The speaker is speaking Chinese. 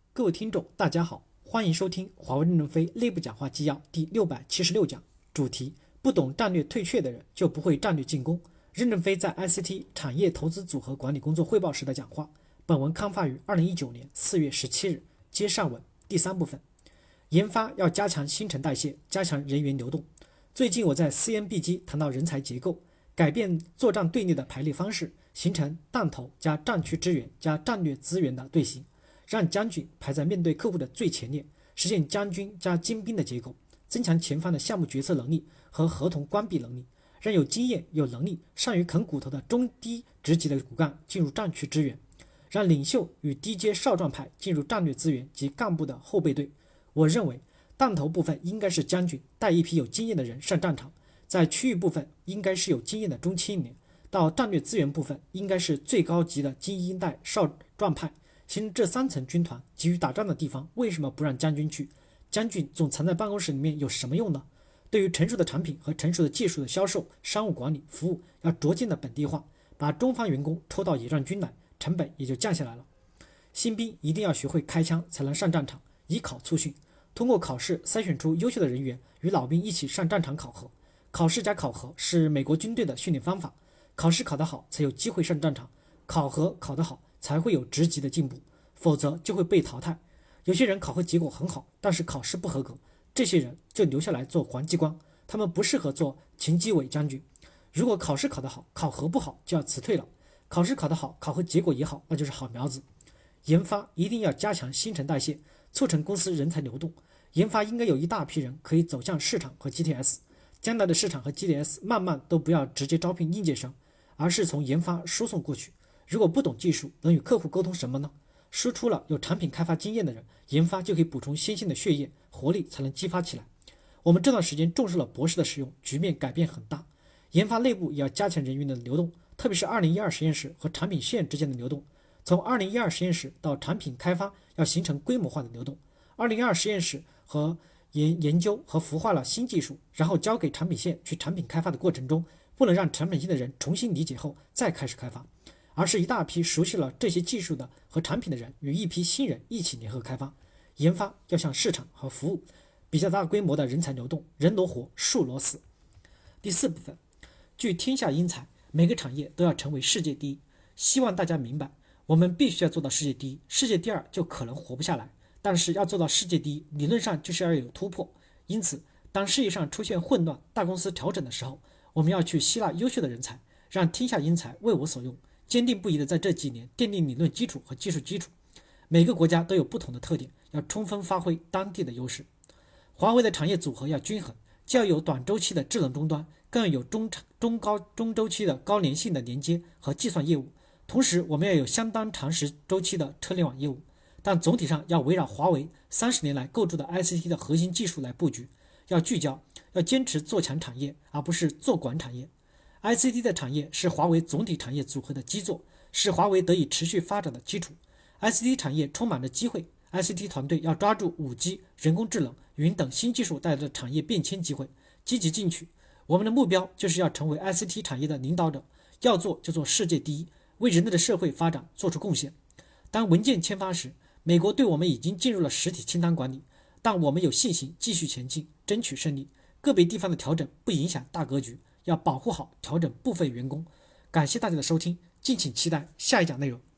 各位听众，大家好，欢迎收听华为任正非内部讲话纪要第676讲，主题：不懂战略退却的人就不会战略进攻。任正非在 ICT 产业投资组合管理工作汇报时的讲话。本文刊发于2019年4月17日。接上文第三部分，研发要加强新陈代谢，加强人员流动。最近我在 CNBG 谈到人才结构，改变作战队列的排列方式，形成弹头加战区支援加战略资源的队形。让将军排在面对客户的最前列，实现将军加精兵的结构，增强前方的项目决策能力和合同关闭能力，让有经验、有能力、善于啃骨头的中低职级的骨干进入战区支援，让领袖与低阶少壮派进入战略资源及干部的后备队。我认为，弹头部分应该是将军带一批有经验的人上战场，在区域部分应该是有经验的中青年，到战略资源部分应该是最高级的精英带少壮派。形成这三层军团，急于打仗的地方为什么不让将军去？将军总藏在办公室里面有什么用呢？对于成熟的产品和成熟的技术的销售、商务管理、服务要逐渐的本地化，把中方员工抽到野战军来，成本也就降下来了。新兵一定要学会开枪才能上战场，以考促训，通过考试筛选出优秀的人员，与老兵一起上战场考核。考试加考核是美国军队的训练方法，考试考得好才有机会上战场，考核考得好才会有职级的进步，否则就会被淘汰。有些人考核结果很好，但是考试不合格，这些人就留下来做黄继光，他们不适合做秦基伟将军。如果考试考得好，考核不好就要辞退了；考试考得好，考核结果也好，那就是好苗子。研发一定要加强新陈代谢，促成公司人才流动。研发应该有一大批人可以走向市场和 GTS， 将来的市场和 GTS 慢慢都不要直接招聘应届生，而是从研发输送过去。如果不懂技术，能与客户沟通什么呢？输出了有产品开发经验的人，研发就可以补充新鲜的血液，活力才能激发起来。我们这段时间重视了博士的使用，局面改变很大。研发内部也要加强人员的流动，特别是2012实验室和产品线之间的流动。从2012实验室到产品开发要形成规模化的流动。2012实验室和研究和孵化了新技术，然后交给产品线去产品开发的过程中，不能让产品线的人重新理解后再开始开发，而是一大批熟悉了这些技术的和产品的人与一批新人一起联合开发。研发要向市场和服务比较大规模的人才流动，人挪活，树挪死。第四部分，聚天下英才，每个产业都要成为世界第一。希望大家明白，我们必须要做到世界第一，世界第二就可能活不下来。但是要做到世界第一，理论上就是要有突破。因此，当事业上出现混乱、大公司调整的时候，我们要去吸纳优秀的人才，让天下英才为我所用，坚定不移地在这几年奠定理论基础和技术基础。每个国家都有不同的特点，要充分发挥当地的优势。华为的产业组合要均衡，既要有短周期的智能终端，更要有中周期的高粘性的连接和计算业务。同时，我们要有相当长时周期的车联网业务。但总体上要围绕华为30年来构筑的 ICT 的核心技术来布局，要聚焦，要坚持做强产业，而不是做管产业。ICT 的产业是华为总体产业组合的基座，是华为得以持续发展的基础。ICT 产业充满着机会， ICT 团队要抓住 5G、人工智能、云等新技术带来的产业变迁机会，积极进取。我们的目标就是要成为 ICT 产业的领导者，要做就做世界第一，为人类的社会发展做出贡献。当文件签发时，美国对我们已经进入了实体清单管理，但我们有信心继续前进，争取胜利。个别地方的调整不影响大格局，要保护好调整部分员工。感谢大家的收听，敬请期待下一讲内容。